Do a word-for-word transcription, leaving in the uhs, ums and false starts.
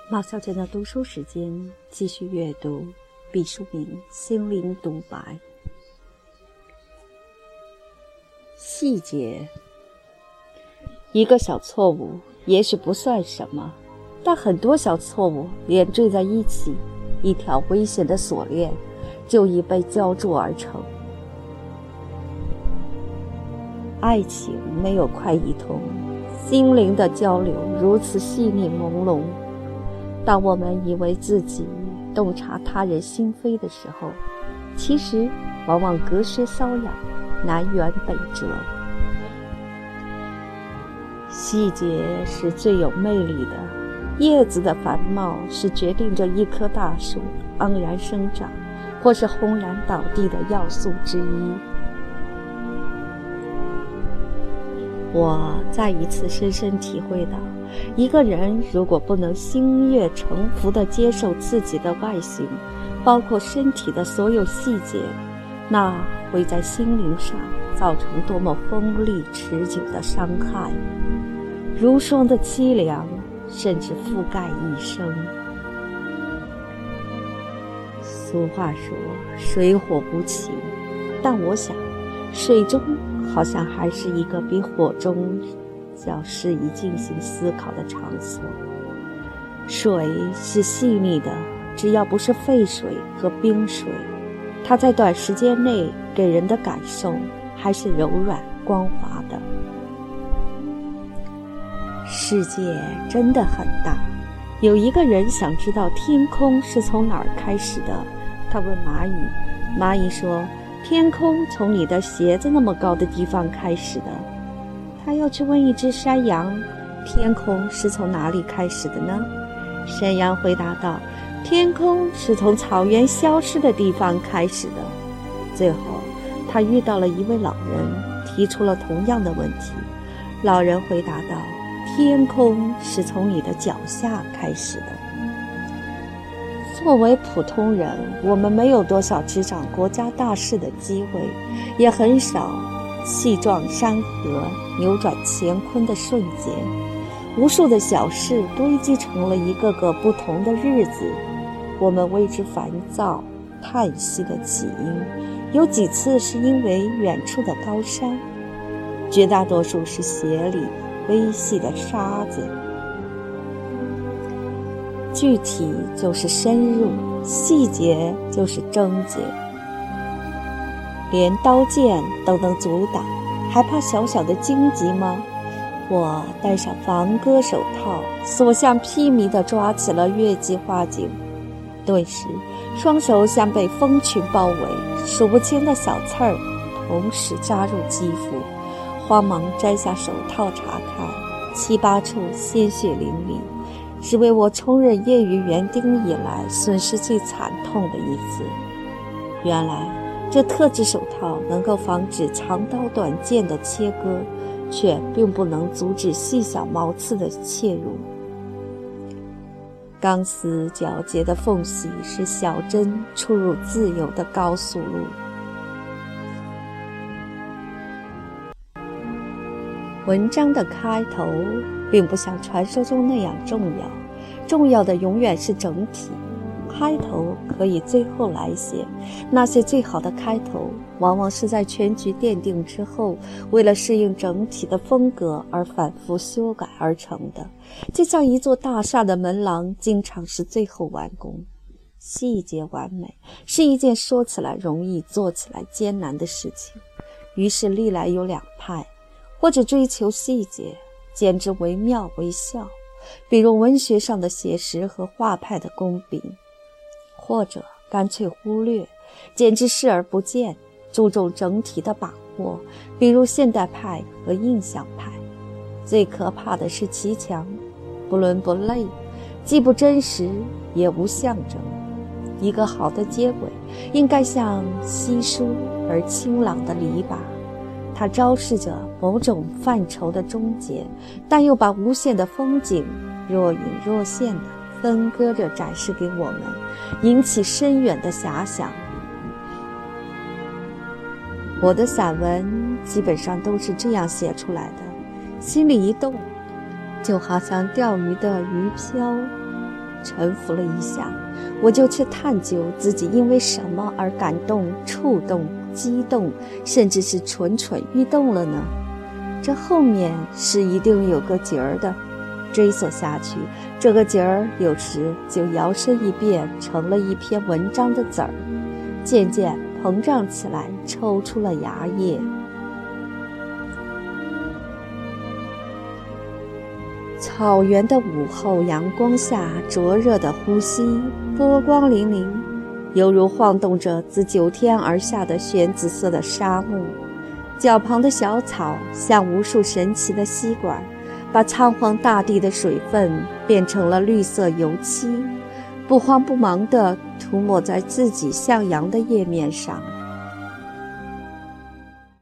马小姐的读书时间，继续阅读毕淑敏心灵独白。细节，一个小错误也许不算什么，但很多小错误连缀在一起，一条危险的锁链就已被浇筑而成。爱情没有快一通，心灵的交流如此细腻朦胧。当我们以为自己洞察他人心扉的时候，其实往往隔靴搔痒，南辕北辙。细节是最有魅力的，叶子的繁茂是决定着一棵大树昂然生长或是轰然倒地的要素之一。我再一次深深体会到，一个人如果不能心悦诚服地接受自己的外形，包括身体的所有细节，那会在心灵上造成多么锋利持久的伤害，如霜的凄凉，甚至覆盖一生。俗话说水火不情，但我想水中好像还是一个比火中较适宜进行思考的场所。水是细腻的，只要不是沸水和冰水，它在短时间内给人的感受还是柔软光滑的。世界真的很大，有一个人想知道天空是从哪儿开始的，他问蚂蚁，蚂蚁说，天空从你的鞋子那么高的地方开始的。他要去问一只山羊，天空是从哪里开始的呢？山羊回答道，天空是从草原消失的地方开始的。最后他遇到了一位老人，提出了同样的问题。老人回答道，天空是从你的脚下开始的。作为普通人，我们没有多少执掌国家大事的机会，也很少气壮山河、扭转乾坤的瞬间。无数的小事堆积成了一个个不同的日子，我们为之烦躁、叹息的起因，有几次是因为远处的高山，绝大多数是鞋里微细的沙子。具体就是深入，细节就是症结。连刀剑都能阻挡，还怕小小的荆棘吗？我戴上防割手套，所向披靡地抓起了月季花茎，顿时双手像被蜂群包围，数不清的小刺儿同时扎入肌肤，慌忙摘下手套查看，七八处鲜血淋漓，是为我充任业余园丁以来损失最惨痛的一次。原来这特制手套能够防止长刀短剑的切割，却并不能阻止细小毛刺的切入。钢丝皎洁的缝隙是小针出入自由的高速路。文章的开头并不像传说中那样重要，重要的永远是整体。开头可以最后来写，那些最好的开头往往是在全局奠定之后，为了适应整体的风格而反复修改而成的。就像一座大厦的门廊经常是最后完工。细节完美是一件说起来容易做起来艰难的事情，于是历来有两派，或者追求细节简直惟妙惟肖，比如文学上的写实和画派的工笔，或者干脆忽略，简直视而不见，注重整体的把握，比如现代派和印象派。最可怕的是其强，不伦不类，既不真实也无象征。一个好的接轨应该像稀疏而清朗的篱笆，它昭示着某种范畴的终结，但又把无限的风景若隐若现的分割着展示给我们，引起深远的遐想。我的散文基本上都是这样写出来的，心里一动，就好像钓鱼的鱼漂， 沉浮了一下，我就去探究自己因为什么而感动、触动、激动，甚至是蠢蠢欲动了呢？这后面是一定有个节儿的，追索下去，这个节儿有时就摇身一变成了一篇文章的籽儿，渐渐膨胀起来，抽出了芽叶。草原的午后阳光下，灼热的呼吸，波光粼粼，犹如晃动着自九天而下的玄紫色的沙漠。脚旁的小草像无数神奇的吸管，把苍黄大地的水分变成了绿色油漆，不慌不忙地涂抹在自己向阳的叶面上，